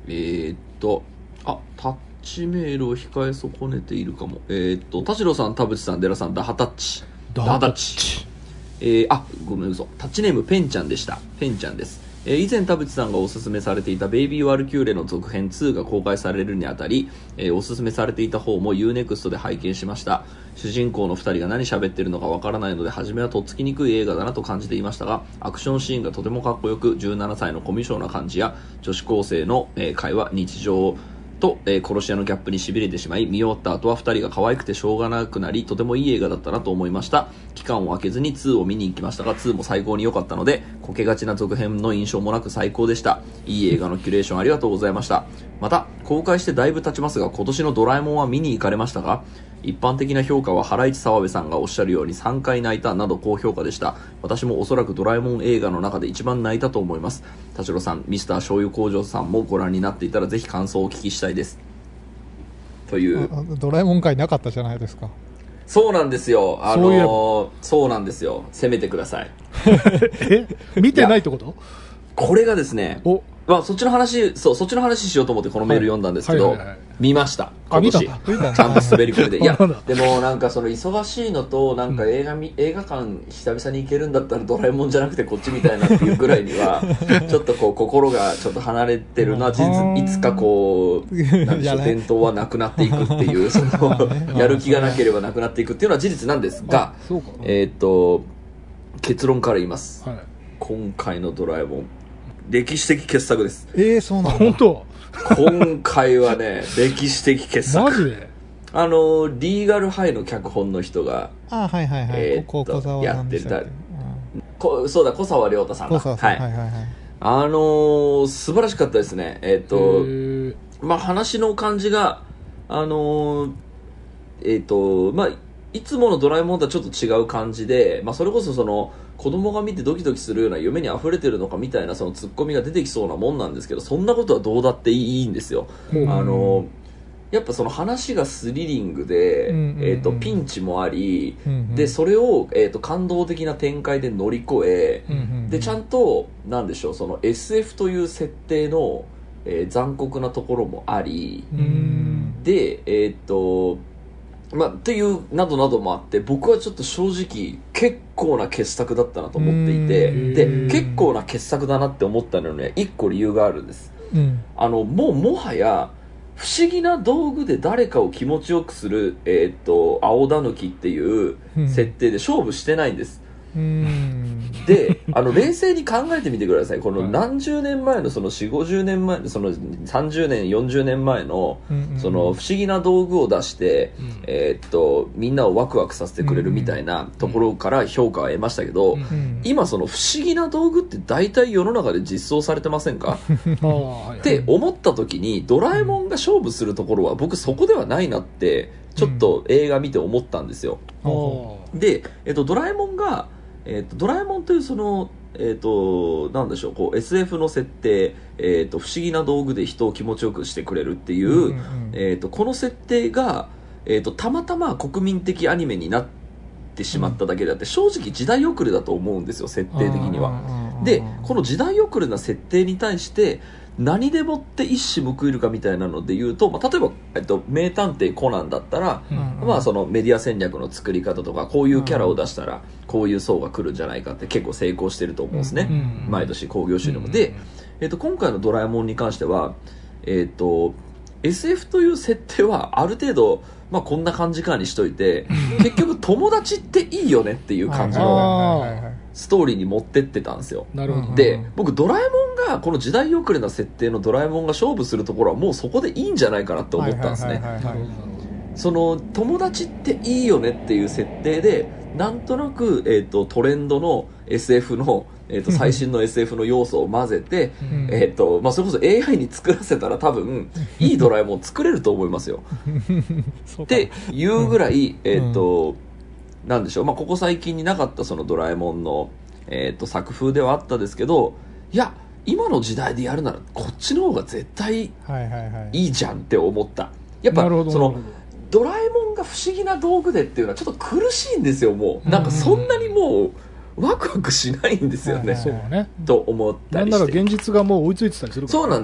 タッチメールを控え損ねているかも。田代さん、田淵さん、デラさん、ダハタッチ。ごめん嘘。タッチネームペンちゃんでした。ペンちゃんです。以前田淵さんがおすすめされていたベイビーワルキューレの続編2が公開されるにあたり、おすすめされていた方も UNEXT で拝見しました。主人公の2人が何喋ってるのかわからないので初めはとっつきにくい映画だなと感じていましたが、アクションシーンがとてもかっこよく、17歳のコミュ障な感じや女子高生の会話、日常と、殺し屋のギャップに痺れてしまい、見終わった後は2人が可愛くてしょうがなくなり、とてもいい映画だったなと思いました。期間を空けずに2を見に行きましたが、2も最高に良かったので、こけがちな続編の印象もなく最高でした。いい映画のキュレーションありがとうございました。また、公開してだいぶ経ちますが、今年のドラえもんは見に行かれましたか？一般的な評価はハライチ澤部さんがおっしゃるように3回泣いたなど高評価でした。私もおそらくドラえもん映画の中で一番泣いたと思います。田代さん、ミスター醤油工場さんもご覧になっていたらぜひ感想をお聞きしたいです。というドラえもん会なかったじゃないですか。 そうなんですよ。そうなんですよ。攻めてください。 見てないってこと？ これがですね、そっちの話しようと思ってこのメール読んだんですけど、見ました。今年。ちゃんと滑り込みで。いや、でもなんかその忙しいのと、なんか映画館久々に行けるんだったらドラえもんじゃなくてこっちみたいなっていうぐらいには、ちょっとこう心がちょっと離れてるのは事実、いつかこう、なんでしょう、伝統はなくなっていくっていう、その、やる気がなければなくなっていくっていうのは事実なんですが、結論から言います。今回のドラえもん。歴史的傑作です。 そうなんだ。本当？ 今回はね、歴史的傑作。 マジで？ リーガルハイの脚本の人が、 やってた。 そうだ、小沢亮太さんだ。素晴らしかったですね。話の感じが、いつものドラえもんとはちょっと違う感じで、それこそその、子供が見てドキドキするような夢に溢れてるのかみたいなそのツッコミが出てきそうなもんなんですけど、そんなことはどうだっていいんですよ。やっぱその話がスリリングで、ピンチもあり、で、それを、感動的な展開で乗り越え、で、ちゃんと、なんでしょう、その SF という設定の、残酷なところもあり、で、っていうなどなどもあって、僕はちょっと正直結構な傑作だったなと思っていて、で結構な傑作だなって思ったのにね、一個理由があるんです。もはや不思議な道具で誰かを気持ちよくする青田抜きっていう設定で勝負してないんです。で、冷静に考えてみてください。この何十年前のその4、50年前のその30年、40年前のその不思議な道具を出して、みんなをワクワクさせてくれるみたいなところから評価を得ましたけど、今その不思議な道具って大体世の中で実装されてませんか？って思った時にドラえもんが勝負するところは僕そこではないなってちょっと映画見て思ったんですよ。で、ドラえもんがドラえもんというその、なんでしょう、こう SF の設定、不思議な道具で人を気持ちよくしてくれるっていう、この設定が、たまたま国民的アニメになってしまっただけであって、正直時代遅れだと思うんですよ、設定的には。で、この時代遅れな設定に対して何でもって一矢報いるかみたいなので言うと、例えば、名探偵コナンだったら、そのメディア戦略の作り方とか、こういうキャラを出したらこういう層が来るんじゃないかって結構成功してると思うんですね。毎年興行収入も。で、今回のドラえもんに関しては、SF という設定はある程度、こんな感じかにしといて、結局友達っていいよねっていう感じのストーリーに持ってってたんですよ。で、僕ドラえもんがこの時代遅れな設定のドラえもんが勝負するところはもうそこでいいんじゃないかなって思ったんですね。その友達っていいよねっていう設定でなんとなく、トレンドの SF の最新の SF の要素を混ぜて、それこそ AI に作らせたら多分いいドラえもん作れると思いますよ。っていうぐらい、なんでしょう、ここ最近になかったそのドラえもんの、作風ではあったですけど、いや今の時代でやるならこっちの方が絶対いいじゃんって思った。やっぱそのドラえもんが不思議な道具でっていうのはちょっと苦しいんですよ。もうなんかそんなにもうワクワクしないんですよね、と思ったりして。 なんなら現実がもう追いついてたりするから、 そうなんです。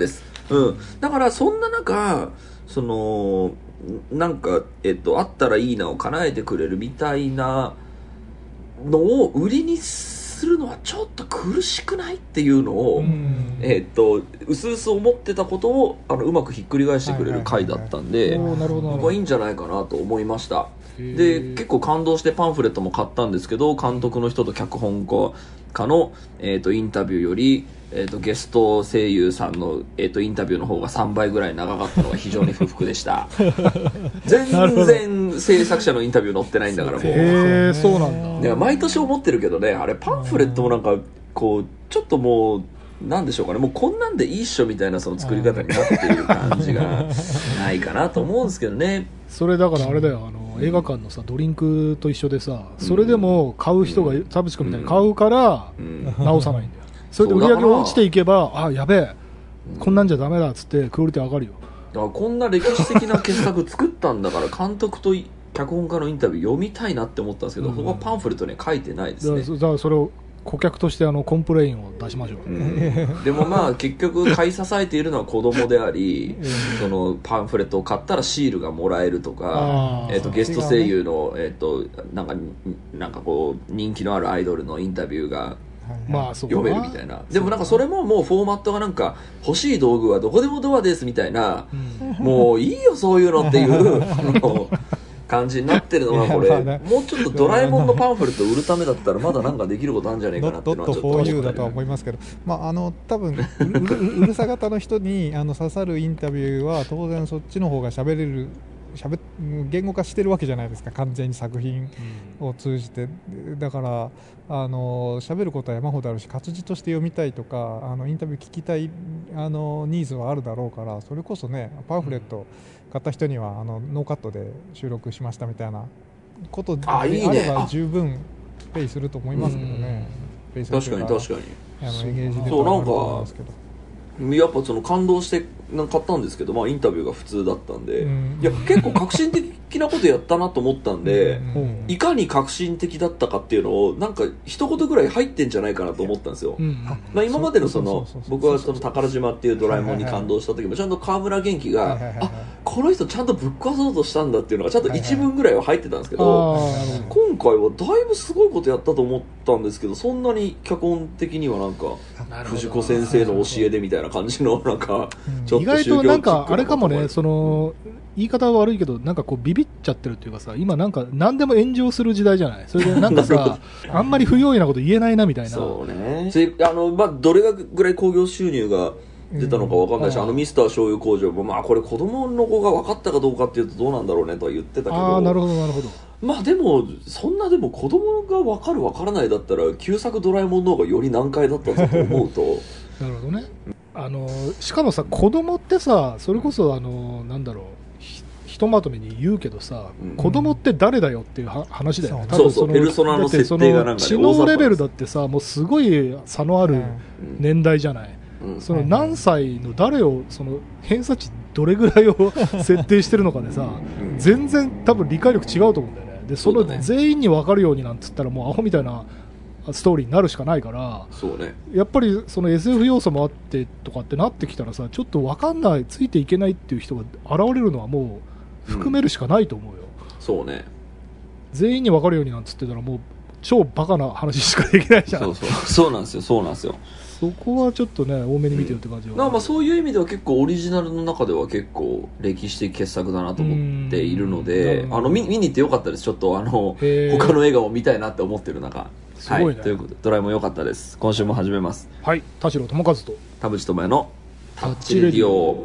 だからそんな中そのなんかあったらいいなを叶えてくれるみたいなのを売りにするのはちょっと苦しくないっていうのを、うすうす思ってたことをうまくひっくり返してくれる回だったんで、僕はいいんじゃないかなと思いました。で結構感動してパンフレットも買ったんですけど、監督の人と脚本家の、インタビューより、ゲスト声優さんの、インタビューの方が3倍ぐらい長かったのが非常に不服でした全然制作者のインタビュー載ってないんだからもうそうなんだ。 毎年思ってるけどね、あれパンフレットもなんかこうちょっともうなんでしょうかね、もうこんなんでいいっしょみたいなその作り方になっている感じがないかなと思うんですけどね。 それだからあれだよ、映画館のさドリンクと一緒でさ、それでも買う人が田淵君みたいに買うから直さないんだよ。それで売り上げが落ちていけば、あ、やべえ、こんなんじゃダメだっつってクオリティ上がるよ。 だからこんな歴史的な傑作作ったんだから監督と脚本家のインタビュー読みたいなって思ったんですけど、そこはパンフレットには書いてないですね。 だからそれを顧客としてコンプレインを出しましょう。 でもまあ結局買い支えているのは子供でありそのパンフレットを買ったらシールがもらえるとか、ゲスト声優の、なんかこう人気のあるアイドルのインタビューが読めるみたいな。でもなんかそれももうフォーマットがなんか欲しい道具はどこでもドアですみたいな、もういいよそういうのっていう感じになってるのはこれもうちょっとドラえもんのパンフレットを売るためだったらまだなんかできることあるんじゃないかなっていうのはちょっと思ってだとは思いますけど、多分うるさ型の人に刺さるインタビューは当然そっちの方が言語化してるわけじゃないですか、完全に作品を通じて。だから喋ることは山ほどあるし、活字として読みたいとかインタビュー聞きたいニーズはあるだろうから、それこそねパンフレット買った人にはノーカットで収録しましたみたいなことであれば十分ペイすると思いますけどね。 確かに確かにそうなんかやっぱその感動して買ったんですけど、インタビューが普通だったんで、いや結構革新的なことやったなと思ったんで、いかに革新的だったかっていうのをなんか一言ぐらい入ってんじゃないかなと思ったんですよ。今までの僕はその宝島っていうドラえもんに感動した時もちゃんと川村元気がこの人ちゃんとぶっ壊そうとしたんだっていうのがちゃんと一文ぐらいは入ってたんですけど、今回はだいぶすごいことやったと思ったんですけど、そんなに脚本的にはなんか藤子先生の教えでみたいな感じのなんかちょっと意外となんかあれかもね、その言い方は悪いけどなんかこうビビっちゃってるっていうかさ、今なんか何でも炎上する時代じゃない。それでなんかさあんまり不用意なこと言えないなみたいな。 そうね。どれぐらい興行収入が出たのかわかんないし、ミスター醤油工場もこれ子供の子が分かったかどうかっていうとどうなんだろうねとは言ってたけど、 なるほどなるほど。 でもそんなでも子供が分かる分からないだったら旧作ドラえもんの方がより難解だったぞと思うとなるほどね。しかもさ子供ってさ、それこそなんだろう、ひとまとめに言うけどさ、子供って誰だよっていう話だよね。 そうペルソナの設定がなんかね、 知能レベルだってさもうすごい差のある年代じゃない。その何歳の誰をその偏差値どれぐらいを設定してるのかでさ全然多分理解力違うと思うんだよね。でその全員に分かるようになんつったらもうアホみたいなストーリーになるしかないから、 そうね、 やっぱりその SF 要素もあってとかってなってきたらさ、ちょっと分かんない、ついていけないっていう人が現れるのはもう含めるしかないと思うよ。 そうね、 全員に分かるようになんつってたらもう超バカな話しかできないじゃん。 そうなんですよそうなんですよ。 そこはちょっとね多めに見てよって感じは、 そういう意味では結構オリジナルの中では結構歴史的傑作だなと思っているので、見に行ってよかったです。ちょっと他の映画を見たいなって思ってる中、 すごいね。 ということでドラえもん良かったです。今週も始めます。 はい、田代智和と田淵智也のタッチレディオ。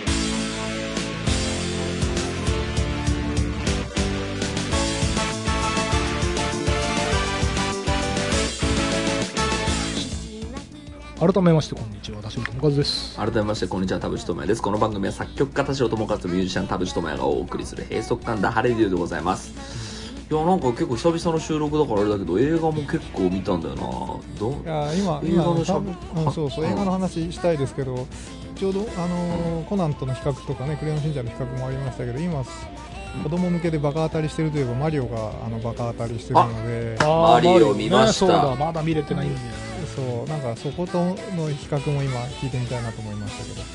改めましてこんにちは、田代智和です。 改めましてこんにちは、田淵智也です。この番組は作曲家田代智和とミュージシャン田淵智也がお送りする閉塞感ダハレディオでございます。いやなんか結構久々の収録だからあれだけど映画も結構見たんだよな。 今映画の話したいですけど、ちょうどコナンとの比較とかね、クレヨンしんちゃんの比較もありましたけど、今子供向けでバカ当たりしてるといえばマリオがバカ当たりしてるので、 マリオ見ました。 そうだ、まだ見れてないんだよね。 そうなんかそことの比較も今聞いてみたいなと思いましたけど。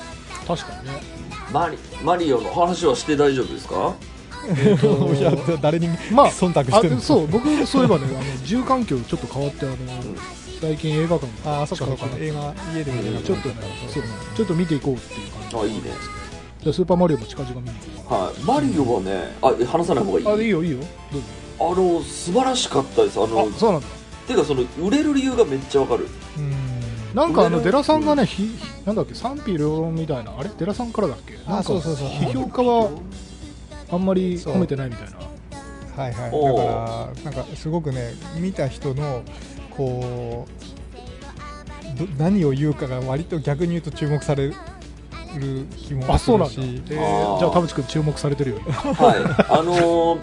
確かにね。 マリオの話はして大丈夫ですか？ いや誰にまあ忖度してるの？ そう、僕そういえばね、住環境ちょっと変わって最近映画館あそっかそっか、映画家で見るちょっとね、そうちょっと見ていこうっていう感じ。 あ、いいね。 でスーパーマリオも近々見に行こはい、マリオはね、話さない方がいい。 う。いいよいいよ、どうぞ。 素晴らしかったです。 そうなんだ。 ていうかその売れる理由がめっちゃわかる。 なんかデラさんがね、なんだっけ、賛否両論みたいな、あれデラさんからだっけ、なんかそう批評家はあんまり褒めてないみたいな。 はいはい、だからなんかすごくね、見た人のこう何を言うかが割と逆に言うと注目される気もするし。 じゃあ田淵君注目されてるよ。 はい、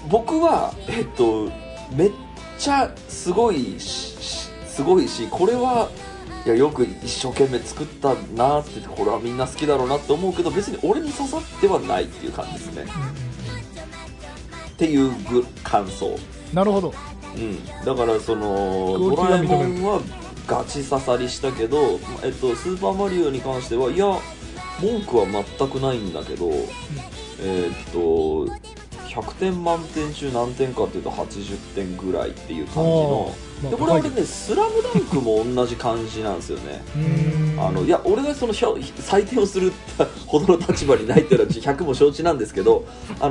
僕はめっちゃすごいし、これはいやよく一生懸命作ったなって、これはみんな好きだろうなって思うけど、別に俺に刺さってはないっていう感じですね。っていう感想。 なるほど。 だからそのドラえもんはガチ刺さりしたけど、スーパーマリオに関してはいや文句は全くないんだけど、100点満点中何点かっていうと80点ぐらいっていう感じの。でこれ俺ね、スラムダンクも同じ感じなんですよね。いや俺がその採点をするほどの立場にないっていうのは100も承知なんですけど、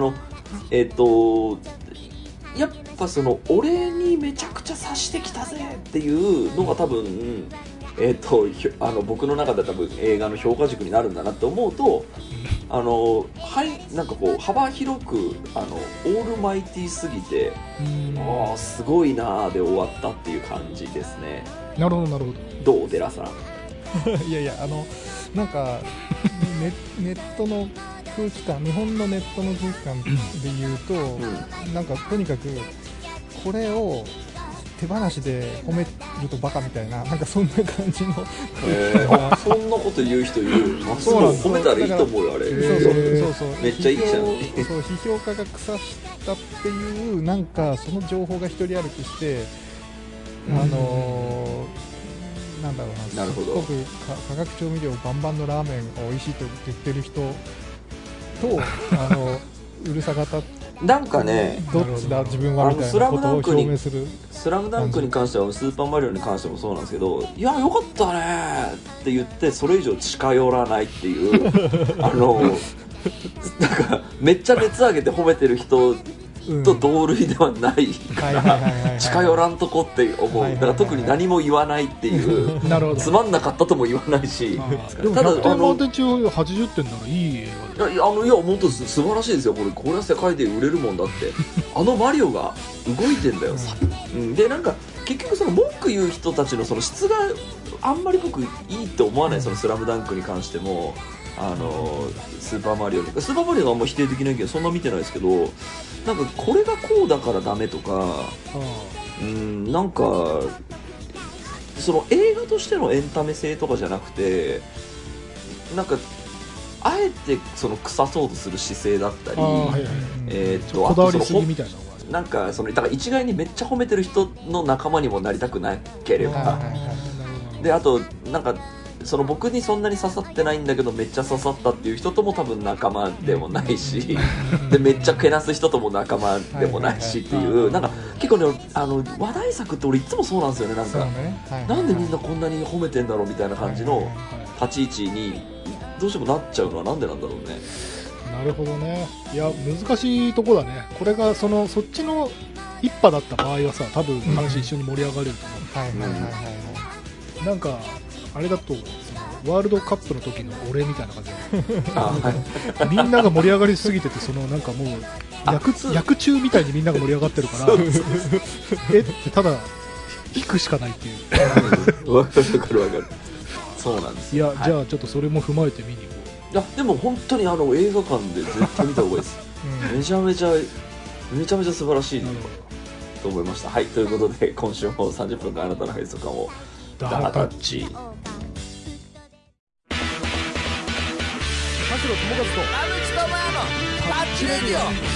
やっぱその俺にめちゃくちゃ刺してきたぜっていうのが多分、僕の中では多分映画の評価軸になるんだなって思うと、なんかこう幅広くオールマイティーすぎて、すごいなーで終わったっていう感じですね。 なるほどなるほど。 どうデラさん？ いやいや、なんかネットの空気感、日本のネットの空気感で言うと、なんかとにかくこれを手放しで褒めるとバカみたいな、なんかそんな感じのそんなこと言う人いる。そうなん褒めたらいいと思うよあれ。そうめっちゃいいじゃん。 そう批評家が腐したっていう、なんかその情報が一人歩きして、なんだろうな、すごく化学調味料バンバンのラーメンが美味しいと言ってる人とうるさ型、 なんかね、 どっちだ自分はみたいなことを表明する。 スラムダンクに関してはスーパーマリオに関してもそうなんですけど、いやよかったねって言ってそれ以上近寄らないっていうなんかめっちゃ熱上げて褒めてる人と同類ではないから近寄らんとこって思う。だから特に何も言わないっていうつまんなかったとも言わないし、 ただ100点満点中80点ならいい映画だよ。 いや本当素晴らしいですよ。これは世界で売れるもんだって。マリオが動いてんだよ。でなんか結局その文句言う人たちのその質があんまり僕いいって思わない。そのスラムダンクに関してもスーパーマリオがあんま否定できないけどそんな見てないですけど、なんかこれがこうだからダメとか、なんかその映画としてのエンタメ性とかじゃなくて、なんかあえてその腐そうとする姿勢だったり、 こだわりすぎみたいなのがなんかだから一概にめっちゃ褒めてる人の仲間にもなりたくなければ、であとなんかその僕にそんなに刺さってないんだけどめっちゃ刺さったっていう人とも多分仲間でもないしでめっちゃけなす人とも仲間でもないしっていう、なんか結構ね話題作って俺いつもそうなんですよね。なんかなんでみんなこんなに褒めてんだろうみたいな感じの立ち位置にどうしてもなっちゃうのはなんでなんだろうね。 なるほどね。いや難しいとこだね。これがそっちの一派だった場合はさ、多分話一緒に盛り上がれると思う。なんかあれだとワールドカップの時の俺みたいな感じでみんなが盛り上がりすぎてて、なんかもう役中みたいにみんなが盛り上がってるからってただ引くしかないっていうわかるそうなんです。 いや、じゃあちょっとそれも踏まえて見に行こう。いやでも本当に映画館で絶対見た方がいいですめちゃめちゃ素晴らしいと思いました。はい、ということで今週も30分間あなたの配送感をダータッチ。田代友和と田淵智也のタッチレデ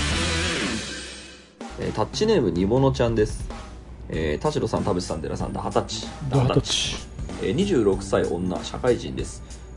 ィオ。タッチネームにものちゃんです。田代さん、田淵さん、寺さん、ダータッチ。 ダータッチ。 26歳女、社会人です。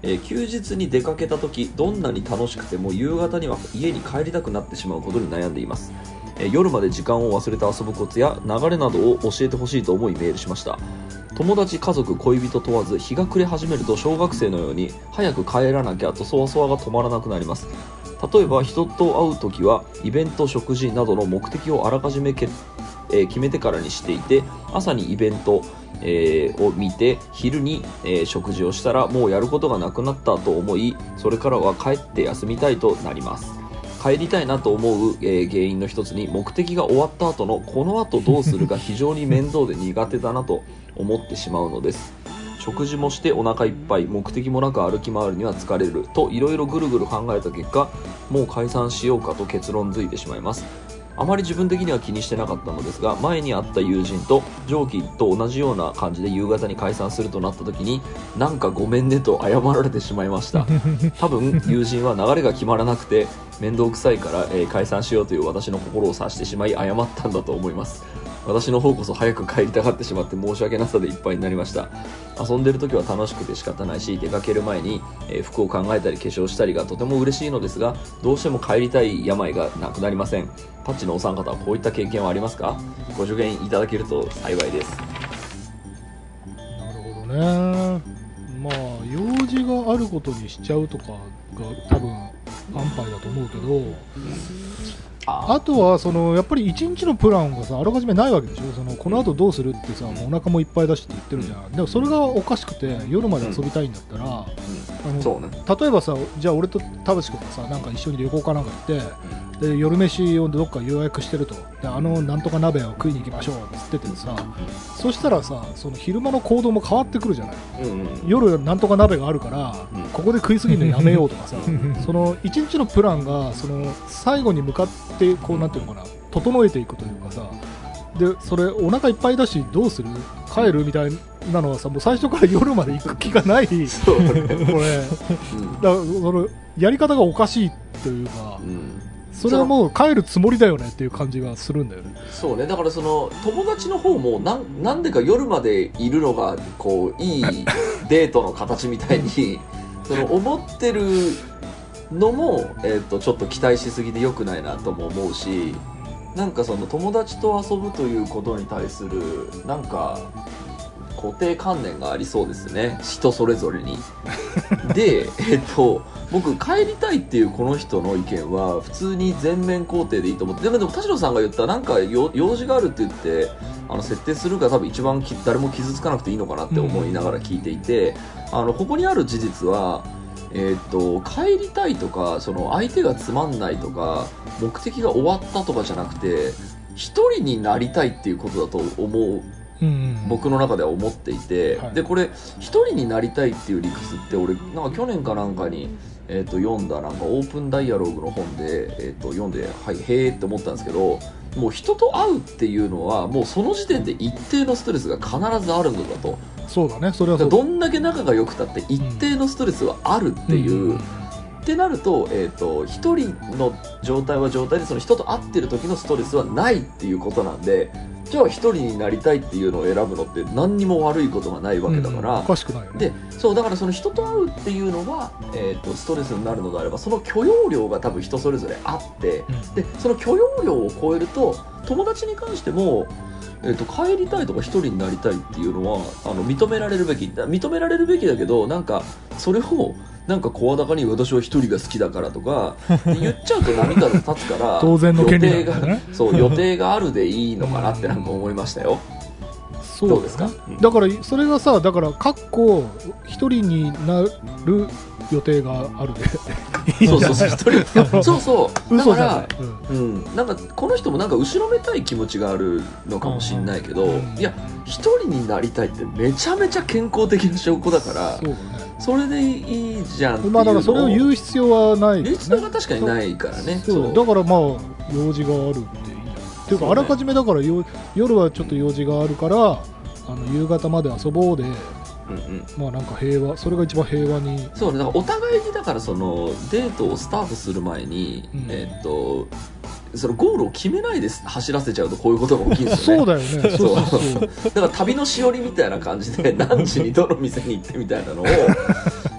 休日に出かけた時どんなに楽しくても夕方には家に帰りたくなってしまうことに悩んでいます。夜まで時間を忘れて遊ぶコツや流れなどを教えてほしいと思いメールしました。友達、家族、恋人問わず日が暮れ始めると小学生のように早く帰らなきゃとそわそわが止まらなくなります。例えば人と会うときはイベント、食事などの目的をあらかじめ決めてからにしていて、朝にイベント、を見て昼に、食事をしたらもうやることがなくなったと思い、それからは帰って休みたいとなります。帰りたいなと思う、原因の一つに目的が終わった後のこの後どうするが非常に面倒で苦手だなと思ってしまうのです。食事もしてお腹いっぱい、目的もなく歩き回るには疲れるといろいろぐるぐる考えた結果、もう解散しようかと結論づいてしまいます。あまり自分的には気にしてなかったのですが、前に会った友人と上記と同じような感じで夕方に解散するとなった時に、なんかごめんねと謝られてしまいました。多分友人は流れが決まらなくて面倒くさいから、解散しようという私の心を察してしまい謝ったんだと思います。私の方こそ早く帰りたがってしまって申し訳なさでいっぱいになりました。遊んでる時は楽しくて仕方ないし、出かける前に、服を考えたり化粧したりがとても嬉しいのですが、どうしても帰りたい病がなくなりません。タッチのお三方はこういった経験はありますか？ご助言いただけると幸いです。 なるほどね。まあ用事があることにしちゃうとかが多分安牌だと思うけど、あとはそのやっぱり一日のプランがさあらかじめないわけでしょ。そのこの後どうするってさ、もうお腹もいっぱいだしって言ってるじゃん。でもそれがおかしくて夜まで遊びたいんだったら、 そうね、 例えばさ、じゃあ俺と田淵君がさなんか一緒に旅行かなんか行って、で夜飯をどっか予約してると、でなんとか鍋を食いに行きましょうって言っててさ、そしたらさその昼間の行動も変わってくるじゃない、夜なんとか鍋があるから、ここで食い過ぎるのやめようとかさその一日のプランがその最後に向かってこうなんていうのかな、整えていくというかさ、でそれお腹いっぱいだしどうする、帰るみたいなのはさ、もう最初から夜まで行く気がないそうね、 これ、だからそのやり方がおかしいというか、それはもう帰るつもりだよねっていう感じがするんだよね。 そうね、だからその友達の方もなんでか夜までいるのがこういいデートの形みたいにその思ってるのも、ちょっと期待しすぎで良くないなとも思うし、なんかその友達と遊ぶということに対するなんか固定観念がありそうですね、人それぞれに。で、僕帰りたいっていうこの人の意見は普通に全面肯定でいいと思って、でも田代さんが言ったなんか用事があるって言って設定するが多分一番誰も傷つかなくていいのかなって思いながら聞いていて、ここにある事実は帰りたいとかその相手がつまんないとか目的が終わったとかじゃなくて一人になりたいっていうことだと思う、僕の中では思っていて、でこれ一人になりたいっていう理屈って俺なんか去年かなんかに、読んだなんかオープンダイアログの本で、読んではいへーって思ったんですけど、もう人と会うっていうのはもうその時点で一定のストレスが必ずあるのだと。 そうだね、それはそうだ。 どんだけ仲が良くたって一定のストレスはあるっていう、ってなると、一人の状態は状態でその人と会ってる時のストレスはないっていうことなんで、じゃあ一人になりたいっていうのを選ぶのって何にも悪いことがないわけだから、 おかしくないよね。 でそうだからその人と会うっていうのは、ストレスになるのであればその許容量が多分人それぞれあって、でその許容量を超えると友達に関しても帰りたいとか一人になりたいっていうのは認められるべきだけど、なんかそれをなんか声高に私は一人が好きだからとか言っちゃうと波風立つから当然の権利なんだね。 そう予定があるでいいのかなってなんか思いましたよ。 そうどうですか？ だからそれがさ、だから一人になる予定があるでそうそうだからなんかこの人もなんか後ろめたい気持ちがあるのかもしれないけど、いや一人になりたいってめちゃめちゃ健康的な証拠だから、 そうだね、 それでいいじゃんっていうのを、 だからそれを言う必要はない、 言う必要が確かにないからね。 そうだからまあ用事があるっていいんじゃないっていうか、あらかじめだから夜はちょっと用事があるから夕方まで遊ぼうで、まあなんか平和、それが一番平和に。 そうね、だからお互いにだからそのデートをスタートする前に、そのゴールを決めないで走らせちゃうとこういうことが起きるんですよね。 そうだよね。そうだから旅のしおりみたいな感じで何時にどの店に行ってみたいなのを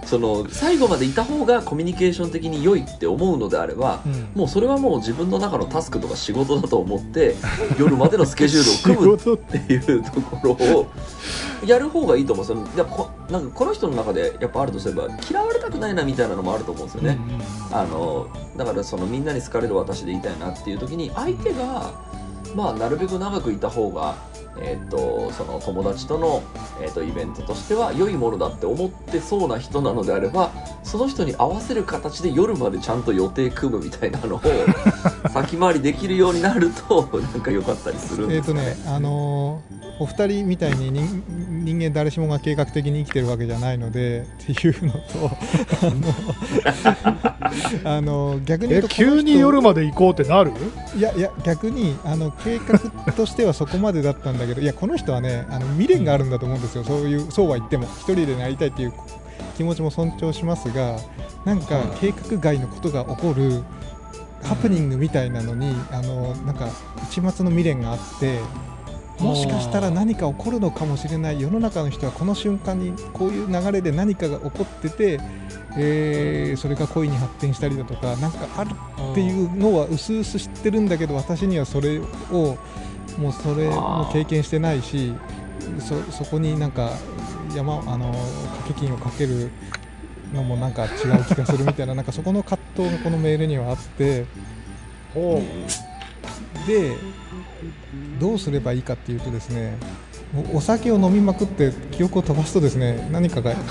その最後までいた方がコミュニケーション的に良いって思うのであれば、もうそれはもう自分の中のタスクとか仕事だと思って夜までのスケジュールを組むっていうところをやる方がいいと思うんですよ。なんかこの人の中でやっぱあるとすれば嫌われたくないなみたいなのもあると思うんですよね。だからそのみんなに好かれる私でいたいなっていう時に相手がまあなるべく長くいた方がその友達との、イベントとしては良いものだって思ってそうな人なのであれば、その人に合わせる形で夜までちゃんと予定組むみたいなのを先回りできるようになるとなんか良かったりするんですかね。 お二人みたいに人間誰しもが計画的に生きてるわけじゃないのでっていうのと逆に言うと急に夜まで行こうってなる？ いや逆に計画としてはそこまでだったんだけど、いやこの人はね未練があるんだと思うんですよ。そうは言っても一人でなりたいっていう気持ちも尊重しますが、なんか計画外のことが起こるハプニングみたいなのになんか一末の未練があって、もしかしたら何か起こるのかもしれない、世の中の人はこの瞬間にこういう流れで何かが起こってて、それが恋に発展したりだとかなんかあるっていうのは薄々知ってるんだけど、私にはそれをも経験してないし、そこになんか掛け金をかけるのもなんか違う気がするみたいななんかそこの葛藤がこのメールにはあって、でどうすればいいかっていうとですね、お酒を飲みまくって記憶を飛ばすとですね、何かが何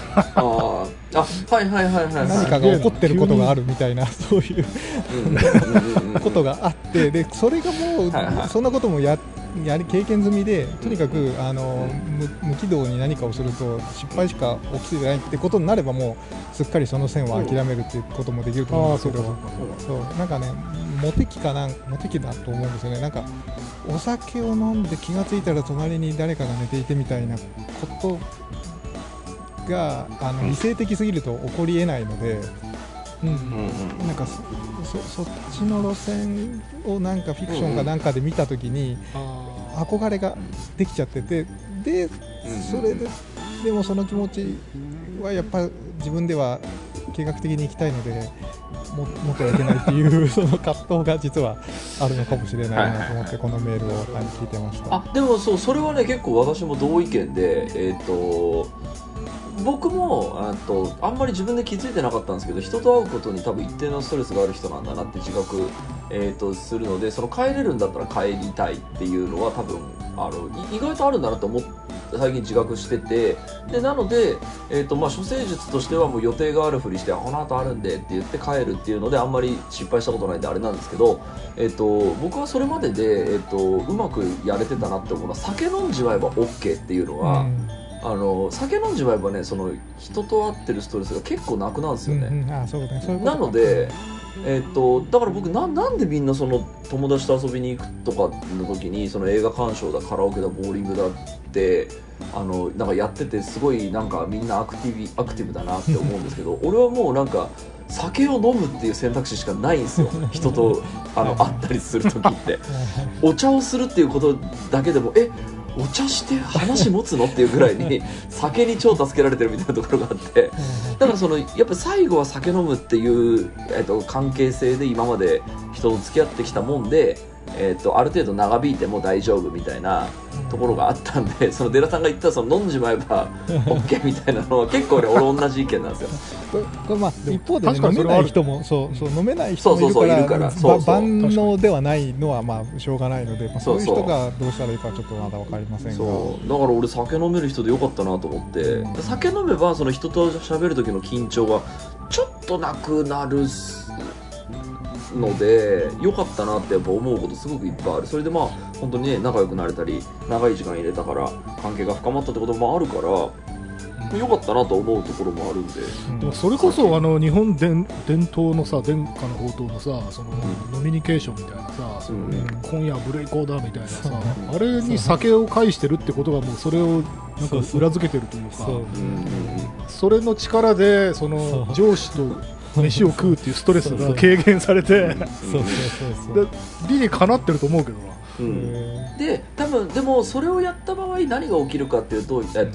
かが起こってることがあるみたいな、そういうことがあって、でそれがもうそんなことも経験済みで、とにかく無軌道に何かをすると失敗しか起きてないってことになれば、もうすっかりその線は諦めるっていうこともできると思うんですけど、そうなんかね、モテ期だと思うんですよね。なんかお酒を飲んで気がついたら隣に誰かが寝ていてみたいなことが理性的すぎると起こりえないので、なんかそっちの路線をなんかフィクションかなんかで見たときに憧れができちゃってて、でそれでもその気持ちはやっぱ自分では計画的に行きたいのでもっとはいけないっていうその葛藤が実はあるのかもしれないなと思ってこのメールを聞いてました。 でもそれはね結構私も同意見で、僕もあんまり自分で気づいてなかったんですけど、人と会うことに多分一定のストレスがある人なんだなって自覚、するので、その帰れるんだったら帰りたいっていうのは多分意外とあるんだなと思って最近自覚してて、でなので、処世術としてはもう予定があるふりしてこの後あるんでって言って帰るっていうのであんまり失敗したことないんであれなんですけど、僕はそれまでで、うまくやれてたなって思うのは、酒飲んじまえば OK っていうのは、酒飲んじまえばね、その人と会ってるストレスが結構なくなるんですよね。なのでだから僕なんでみんなその友達と遊びに行くとかの時にその映画鑑賞だカラオケだボーリングだってなんかやっててすごいなんかみんなアクティブだなって思うんですけど俺はもうなんか酒を飲むっていう選択肢しかないんですよ人と会ったりする時ってお茶をするっていうことだけでもお茶して話持つのっていうぐらいに酒に超助けられてるみたいなところがあってだからやっぱ最後は酒飲むっていう、関係性で今まで人と付き合ってきたもんで、ある程度長引いても大丈夫みたいなところがあったんで、そのデラさんが言ったその飲んじまえば OK みたいなのは結構俺同じ意見なんですよ。 一方で、ね、飲めない人も飲めない人もいるから万能ではないのはしょうがないので、そういう人がどうしたらいいかちょっとまだ分かりませんが、だから俺酒飲める人でよかったなと思って、酒飲めばその人と喋る時の緊張がちょっとなくなるので良かったなってやっぱ思うことすごくいっぱいある。それで本当にね仲良くなれたり長い時間入れたから関係が深まったってこともあるから良かったなと思うところもあるんで、 でもそれこそ日本伝統のさ殿下の宝刀のさそのノミニケーションみたいなさ、今夜ブレイコーだみたいなさ、あれに酒を介してるってことがもうそれをなんか裏付けてるというか、それの力でその上司と飯を食うっていうストレスが軽減されて理にかなってると思うけどな。 で多分でもそれをやった場合何が起きるかっていうと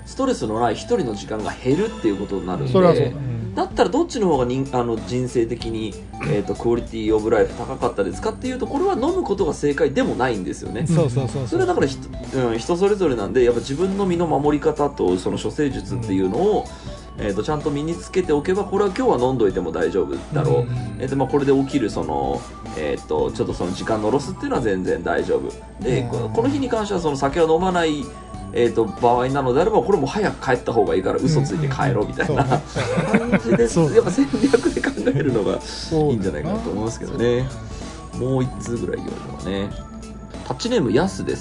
ストレスのない一人の時間が減るっていうことになるんで、 それはそうだだったらどっちの方が人生的に、クオリティオブライフ高かったですかっていうと、これは飲むことが正解でもないんですよね。 そうそれはだから人それぞれなんで、やっぱ自分の身の守り方とその処世術っていうのを、ちゃんと身につけておけば、これは今日は飲んどいても大丈夫だろう、これで起きるその、ちょっとその時間のロスっていうのは全然大丈夫で、この日に関してはその酒を飲まない場合なのであれば、これも早く帰った方がいいから嘘ついて帰ろうみたいな感じで、やっぱ戦略で考えるのがいいんじゃないかなと思いますけどね。もう1通ぐらい読むのはね。タッチネームヤスです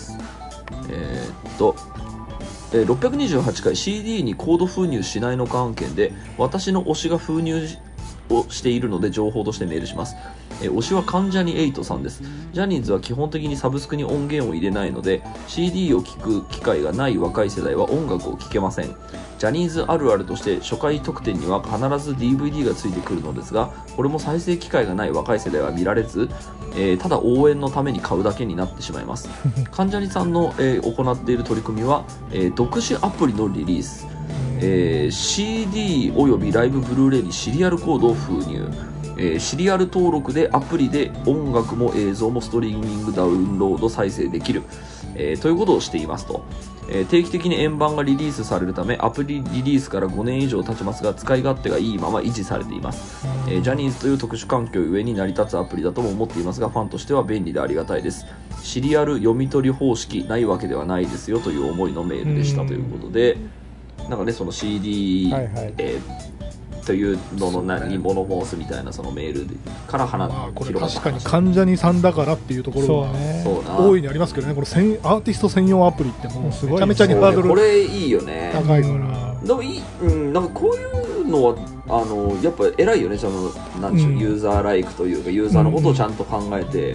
。628回 CD にコード封入しないのか案件で、私の推しが封入をしているので情報としてメールします。推しは関ジャニ∞さんです。ジャニーズは基本的にサブスクに音源を入れないので CD を聴く機会がない若い世代は音楽を聴けません。ジャニーズあるあるとして初回特典には必ず DVD がついてくるのですが、これも再生機会がない若い世代は見られず、ただ応援のために買うだけになってしまいます。関ジャニさんの、行っている取り組みは、独自アプリのリリース、CD およびライブブルーレイにシリアルコードを封入、シリアル登録でアプリで音楽も映像もストリーミングダウンロード再生できる、ということをしていますと。定期的に円盤がリリースされるためアプリリリースから5年以上経ちますが、使い勝手がいいまま維持されています。ジャニーズという特殊環境ゆえに成り立つアプリだとも思っていますが、ファンとしては便利でありがたいです。シリアル読み取り方式ないわけではないですよという思いのメールでしたということで、なんかね、その CD、というのの何に物申すみたいなそのメールからこれ確かに関ジャニさんだからっていうところが大いにありますけどね。これアーティスト専用アプリってもうめちゃめちゃにハードルこれいいよね、 高いから。 でもいい、なんかこういうのはやっぱ偉いよね。そのなんでしょう、ユーザーライクというかユーザーのことをちゃんと考えて、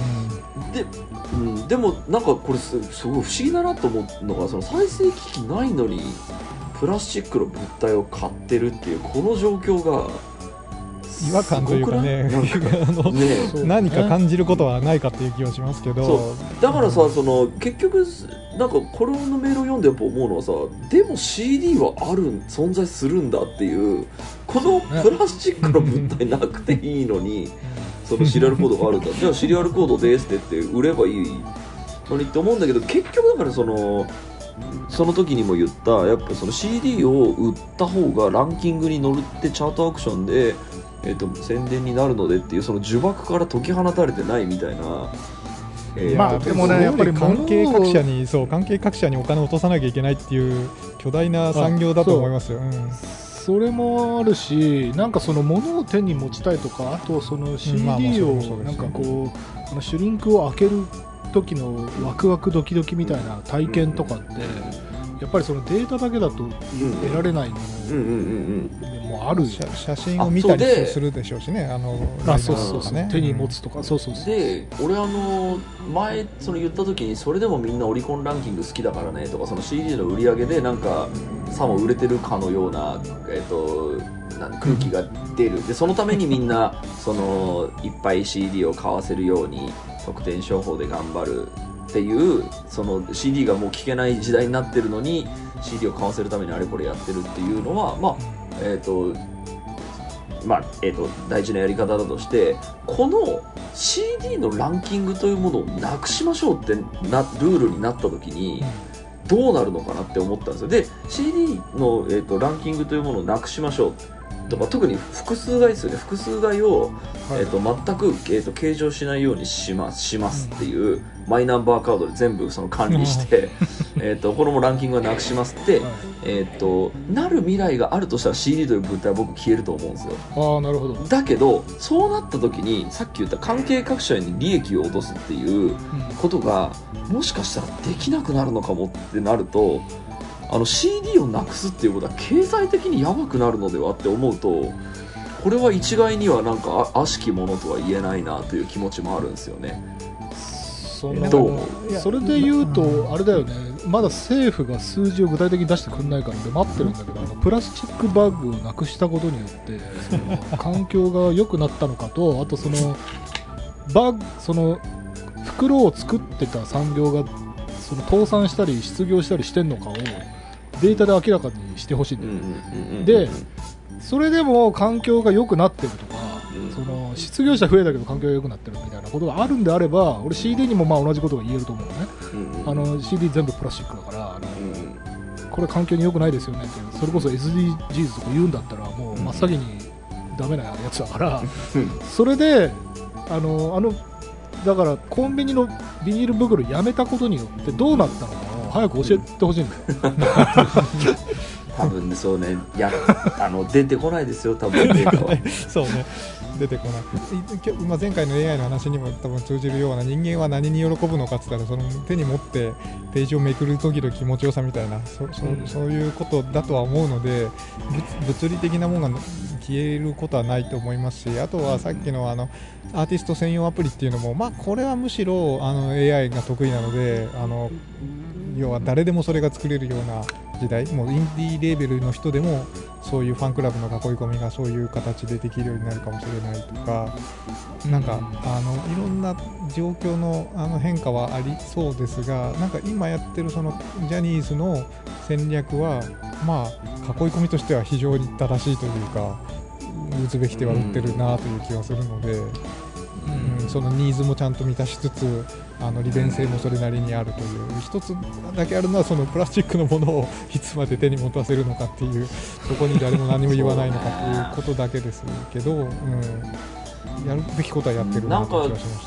でもなんかこれすごい不思議だなと思うのが、その再生機器ないのにプラスチックの物体を買ってるっていうこの状況が違和感というかね、何か感じることはないかっていう気はしますけど、 そうだからさ、その結局なんかこれのメールを読んでやっぱ思うのはさ、でも CD は存在するんだっていう、このプラスチックの物体なくていいのにそのシリアルコードがあるんだ、じゃあシリアルコードですって売ればいいのにって思うんだけど、結局だからその時にも言ったやっぱその CD を売った方がランキングに乗るってチャートアクションで、宣伝になるのでっていうその呪縛から解き放たれてないみたいな、 でもね、やっぱり関係各社にお金を落とさなきゃいけないっていう巨大な産業だと思いますよ。 それもあるし、なんかその物を手に持ちたいとか、あとその CD をなんかこうシュリンクを開ける時のワクワクドキドキみたいな体験とかって、やっぱりそのデータだけだと得られないものもある。 写真を見たりするでしょうしね、 手に持つとか。 で、俺前その言った時に、それでもみんなオリコンランキング好きだからねとか、その CD の売り上げでなんかさも売れてるかのような空気が出る。でそのためにみんなそのいっぱい CD を買わせるように特典商法で頑張るっていう、その CD がもう聴けない時代になってるのに CD を買わせるためにあれこれやってるっていうのは、大事なやり方だとして、この CD のランキングというものをなくしましょうってルールになった時にどうなるのかなって思ったんですよ。で CD の、ランキングというものをなくしましょうとか、特に複数買いですよね。複数買いを、全く、計上しないようにしますっていう、マイナンバーカードで全部その管理してこれもランキングはなくしますって、なる未来があるとしたら CD という物体は僕消えると思うんですよ。 なるほど。 だけどそうなった時に、さっき言った関係各社に利益を落とすっていうことが、もしかしたらできなくなるのかもってなると、CD をなくすっていうことは経済的にやばくなるのではって思うと、これは一概にはなんか悪しきものとは言えないなという気持ちもあるんですよね。どう思う？ それで言うとあれだよね、まだ政府が数字を具体的に出してくんないからで待ってるんだけど、プラスチックバッグをなくしたことによってその環境が良くなったのかと、あとその袋を作ってた産業がその倒産したり失業したりしてんのかをデータで明らかにしてほしいんだよ、でそれでも環境が良くなってるとか、その失業者増えたけど環境が良くなってるみたいなことがあるんであれば、俺 CD にもまあ同じことが言えると思うのね、CD 全部プラスチックだからこれ環境に良くないですよねっていう、それこそ SDGs とか言うんだったらもう真っ先にダメなやつだからそれでだからコンビニのビニール袋やめたことによってどうなったのかを早く教えてほしいんだよ、 多分ね、そうね、出てこないですよ、多分データはそうね、出てこない。前回の AI の話にも多分通じるような、人間は何に喜ぶのかって言ったら、その手に持ってページをめくる時の気持ちよさみたいな、そういうことだとは思うので、物理的なものが消えることはないと思いますし、あとはさっきのアーティスト専用アプリっていうのも、これはむしろAI が得意なので、要は誰でもそれが作れるような時代、もうインディーレーベルの人でもそういうファンクラブの囲い込みがそういう形でできるようになるかもしれないとか、なんかいろんな状況の変化はありそうですが、なんか今やってるそのジャニーズの戦略は囲い込みとしては非常に正しいというか、打つべき手は打ってるなという気がするので、そのニーズもちゃんと満たしつつ利便性もそれなりにあるという、一つだけあるのはそのプラスチックのものをいつまで手に持たせるのかっていう、そこに誰も何も言わないのかっていうことだけですけど、やるべきことはやってるなという気がしました。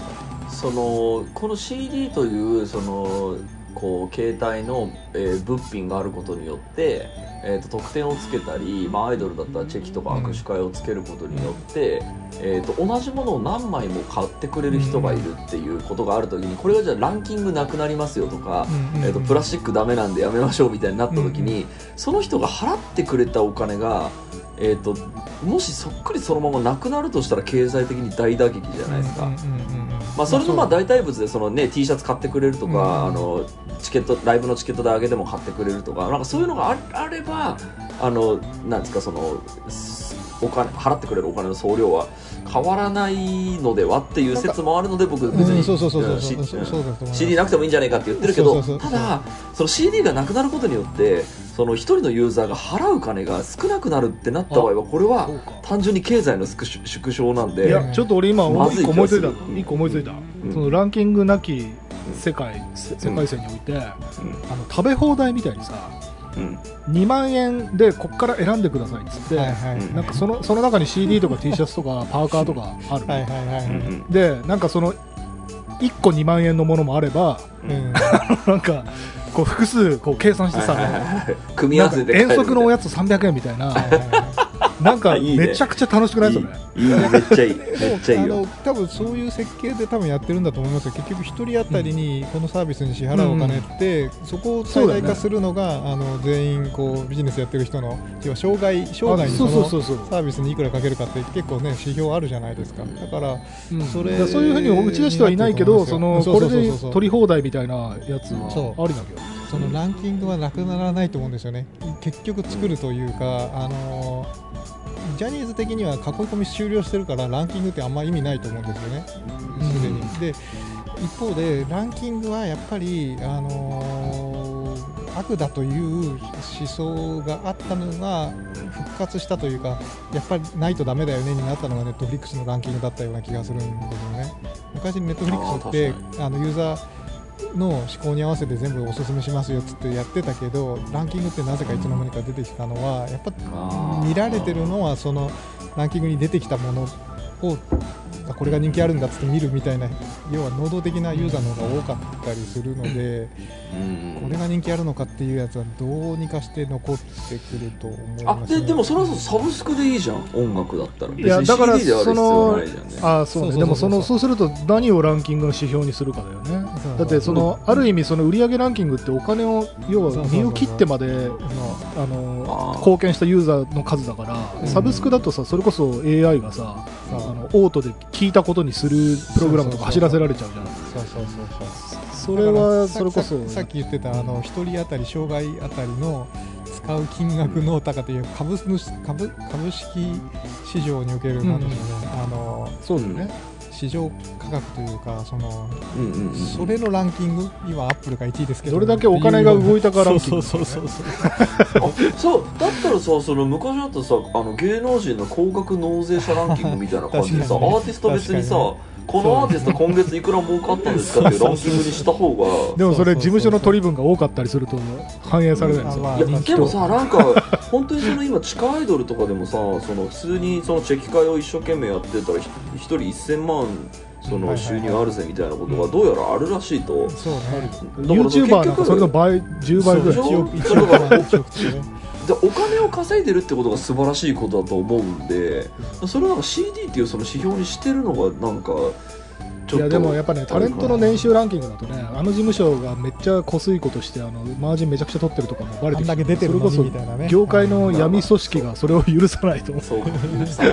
この CD という携帯の、物品があることによって、得点をつけたり、アイドルだったらチェキとか握手会をつけることによって、同じものを何枚も買ってくれる人がいるっていうことがあるときに、これがじゃあランキングなくなりますよとか、プラスチックダメなんでやめましょうみたいになったときに、その人が払ってくれたお金が、もしそっくりそのままなくなるとしたら経済的に大打撃じゃないですか。それの代替物でその、T シャツ買ってくれるとか、ライブのチケット代上げでも買ってくれるとか、なんかそういうのがあれば、なんですか、その払ってくれるお金の総量は変わらないのではっていう説もあるので、僕別に CD なくてもいいんじゃないかって言ってるけど、ただその CD がなくなることによってその一人のユーザーが払う金が少なくなるってなった場合は、これは単純に経済の縮小なんで、 いやちょっと俺今一個思いついた、そのランキングなき世界線において、食べ放題みたいにさ、2万円でこっから選んでくださいっつって、なんかその中に CD とか T シャツとかパーカーとかある、でなんかその1個2万円のものもあれば、なんかこう複数こう計算してさ、 組み合わせて遠足のおやつ300円みたいな、なんかめちゃくちゃ楽しくないそれ。 いいね、めっちゃいい、めっちゃいいよ。 多分そういう設計で多分やってるんだと思いますよ。結局1人当たりにこのサービスに支払うお金って、そこを最大化するのが、全員こうビジネスやってる人の生涯にそのサービスにいくらかけるかって結構ね指標あるじゃないですか。だからそういうふうに打ち出してはいないけど、これで取り放題みたいなやつはありだけど、 そのランキングはなくならないと思うんですよね。結局作るというか、ジャニーズ的には囲い込み終了してるからランキングってあんま意味ないと思うんですよね、すでに。で一方でランキングはやっぱり、悪だという思想があったのが復活したというか、やっぱりないとダメだよねになったのがネットフリックスのランキングだったような気がするんですよね。昔ネットフリックスってユーザーの思考に合わせて全部おすすめしますよっつってやってたけど、ランキングってなぜかいつの間にか出てきたのは、やっぱ見られてるのはそのランキングに出てきたものをこれが人気あるんだっつって見るみたいな、要は能動的なユーザーの方が多かったりするので、これが人気あるのかっていうやつはどうにかして残ってくると思いますね。 でもそれはサブスクでいいじゃん、音楽だったら。 いやだからそのそうでもそうすると何をランキングの指標にするかだよね。だってそのある意味その売上ランキングってお金を要は身を切ってまで貢献したユーザーの数だから、サブスクだとさ、それこそ AI がさ、オートで聞いたことにするプログラムとか走らせられちゃうじゃん。それはそれこそさっき言ってた1人当たり生涯当たりの使う金額の高という株式市場におけるなんでしょうね、 そうだよね、 市場価格というかそれのランキング、今アップルが1位ですけど、 どれだけお金が動いたかランキング、 そうだったらさ、昔だったらさ、芸能人の高額納税者ランキングみたいな感じでさ、アーティスト別にさ、このアーティスト今月いくら儲かったんですかっていうランキングにした方がでもそれ事務所の取り分が多かったりすると反映されないんですよ。 いやでもさ、なんか本当に今地下アイドルとかでもさ、普通にチェキ会を一生懸命やってたら1人1000万収入あるぜみたいなことがどうやらあるらしいと。 そうね、 YouTuber なんかそれの倍、10倍ぐらいでお金を稼いでるってことが素晴らしいことだと思うんで、それをなんか CD っていう指標にしてるのがなんかちょっと。 いやでもやっぱね、タレントの年収ランキングだとね、事務所がめっちゃこすいことしてマージンめちゃくちゃ取ってるとかもバレてきて、 あんだけ出てるのにみたいなね、 業界の闇組織がそれを許さないと思う。 そう許さない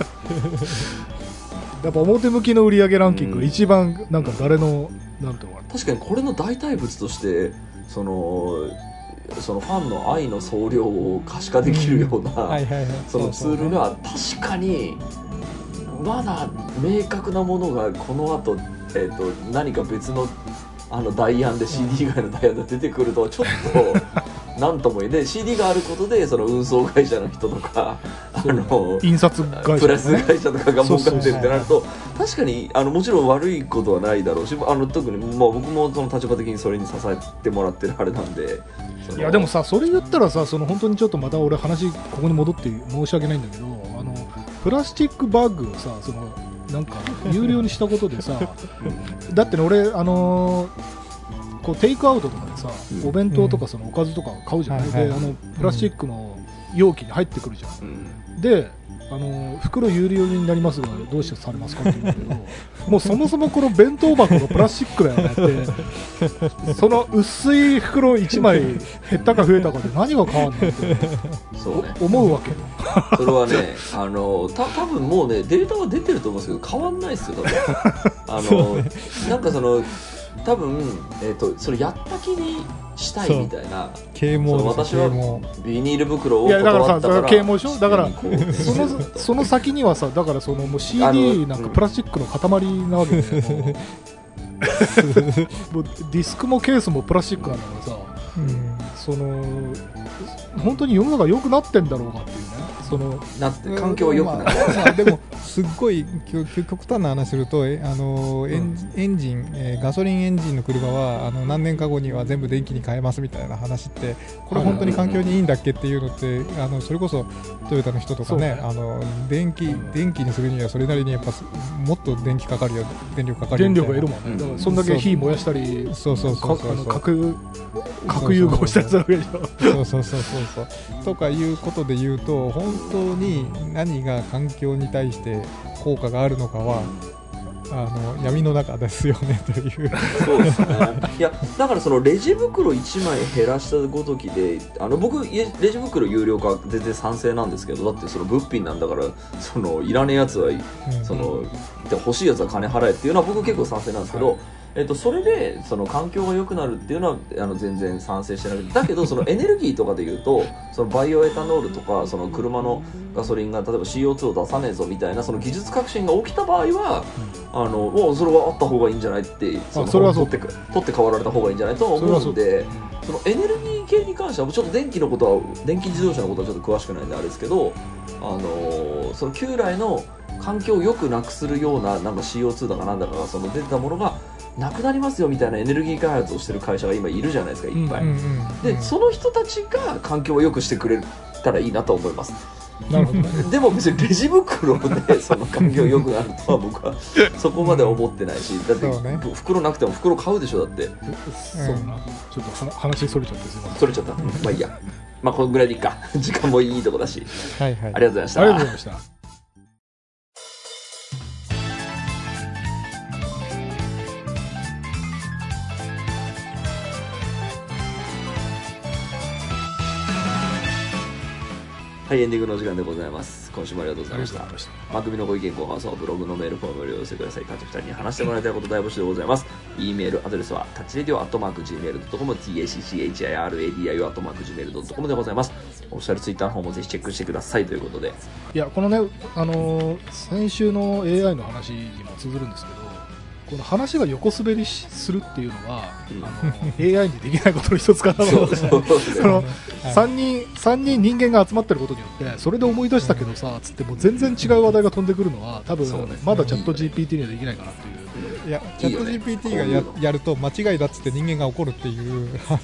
やっぱ表向きの売上ランキングが一番なんか誰のなんていうのかな、 確かにこれの代替物としてそのファンの愛の総量を可視化できるようなそのツールが確かにまだ明確なものがこの後、何か別の代案で CD 以外の代案で出てくるとちょっとなんとも言えない。 CD があることで運送会社の人とか印刷会社、ね、 プレス会社とかが儲かってるってなると確かにもちろん悪いことはないだろうし、特に僕も立場的にそれに支えてもらってるあれなんで。 いやでもさ、それ言ったらさ、本当にちょっとまた俺話ここに戻って申し訳ないんだけど、プラスチックバッグをさなんか有料にしたことでさだってね、俺こうテイクアウトとかでさ、お弁当とかおかずとか買うじゃない、でプラスチックの容器に入ってくるじゃん、で袋有料になりますがどうしてされますかって言うんだけどもうそもそもこの弁当箱がプラスチックだよねってその薄い袋1枚減ったか増えたかで何が変わんのってそう、ね、 思うわけよそれはね多分もうねデータは出てると思うんですけど変わんないですよ多分なんか多分、それやった気にしたいみたいな、 啓蒙私はビニール袋を断ったから、いやだからさ啓蒙でしょ、だからその先にはさ、だからもう CD なんかプラスチックの塊なわけで、もうディスクもケースもプラスチックなんだからさ、本当に世の中良くなってんだろうかっていうね。 なって環境は良くなる、 でもすっごい極端な話するとエンジン、ガソリンエンジンの車は何年か後には全部電気に変えますみたいな話って、これ本当に環境にいいんだっけっていうのって、それこそトヨタの人とかね、電気にするにはそれなりにやっぱもっと電力かかるよみたいな。 電力がいるもんね。だからそんだけ火燃やしたり、核融合したりするわけでしょ。 そうとかいうことで言うと、本当に何が環境に対して効果があるのかは闇の中ですよねという。 そうですね。いやだからレジ袋1枚減らしたごときで僕レジ袋有料化全然賛成なんですけど、だって物品なんだからいらねえやつは欲しいやつは金払えっていうのは僕結構賛成なんですけど、それで環境が良くなるっていうのは全然賛成してなくて、だけどエネルギーとかでいうとバイオエタノールとか車のガソリンが例えば CO2 を出さねえぞみたいな技術革新が起きた場合はもうそれはあった方がいいんじゃないってそれはそう取って代わられた方がいいんじゃないとは思うんで、エネルギー系に関してはちょっと電気自動車のことはちょっと詳しくないんであれですけど、旧来の環境を良くなくするようなCO2 だかなんだかが出てたものがなくなりますよみたいなエネルギー開発をしてる会社が今いるじゃないですか、いっぱい。でその人たちが環境を良くしてくれたらいいなと思います。 なるほどね。 でも別にレジ袋で環境良くなるとは僕はそこまでは思ってないし、だって袋なくても袋買うでしょ、だって。 そうな、ちょっと話それちゃってすいません。 それちゃった。まあいいや。まあこのぐらいでいいか。時間もいいとこだし。 はい、 ありがとうございました。 ありがとうございました。 はい、エンディングの時間でございます。今週もありがとうございました。番組のご意見ご感想はブログのメールフォームよりお寄せください。各2人に話してもらいたいこと大募集でございます。E メールアドレスはタッチレディオ@gmail.com、tacchiradio@gmail.com でございます。 オフィシャルツイッターの方もぜひチェックしてくださいということで。 いやこのね、先週の AI の話にも通ずるんですけど、この話が横滑りするっていうのは、AI にできないことの一つかなと思って、3人人間が集まってることによってそれで思い出したけどさつっても全然違う話題が飛んでくるのは多分まだチャット GPT にはできないかなっていう。 いやチャット GPT が やると間違いだっつって人間が怒るっていうチャ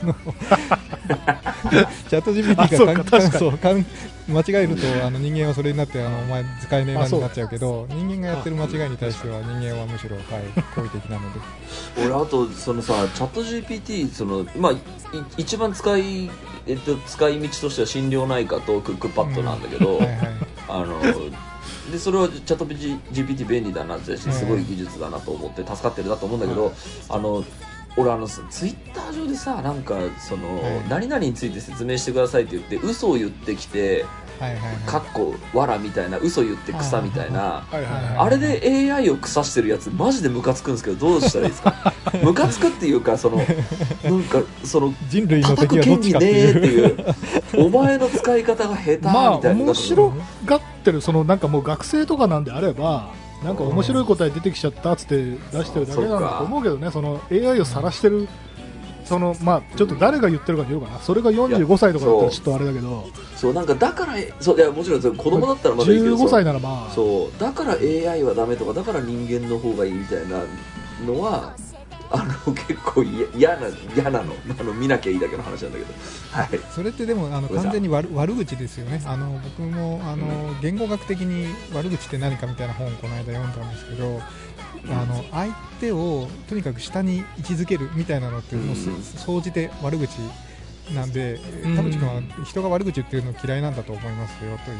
ット GPT が間違えると人間はそれになってお前使えねえなになっちゃうけど、人間がやってる間違いに対しては人間はむしろ好意的なので。 俺あとそのさチャット GPT 一番使い道としては心療内科とクックパッドなんだけど、でそれはチャット GPT 便利だなってすごい技術だなと思って助かってるなと思うんだけど、俺ツイッター上でさなんか何々について説明してくださいって言って嘘を言ってきてかっこわらみたいな嘘言って草みたいなあれで AI を腐してるやつマジでムカつくんですけどどうしたらいいですかムカつくっていうかなんか人類の敵はどっちかっていうお前の使い方が下手みたいな、 面白がってるなんかもう学生とかなんであればなんか面白い答え出てきちゃったっつって出してるだけなんだと思うけどね、AI を晒してるちょっと誰が言ってるかによるかな、それが45歳とかだったらちょっとあれだけど、 そうなんかだからいやもちろん子供だったらまだいいけど 15歳ならまあそうだから AI はダメとかだから人間の方がいいみたいなのは結構嫌なの見なきゃいいだけの話なんだけど、はい、 それってでも完全に悪口ですよね。僕も言語学的に悪口って何かみたいな本をこの間読んだんですけど、相手をとにかく下に位置づけるみたいなのってもう総じて悪口なんで、田淵君は人が悪口言ってるの嫌いなんだと思いますよという。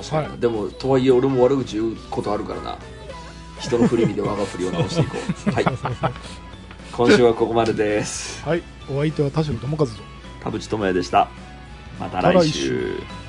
確かに、はい、でもとはいえ俺も悪口言うことあるからな。人の振り見て我が振りを直していこうはい今週はここまでです。 はい、お相手は田代智和と田淵智也でした。また来週。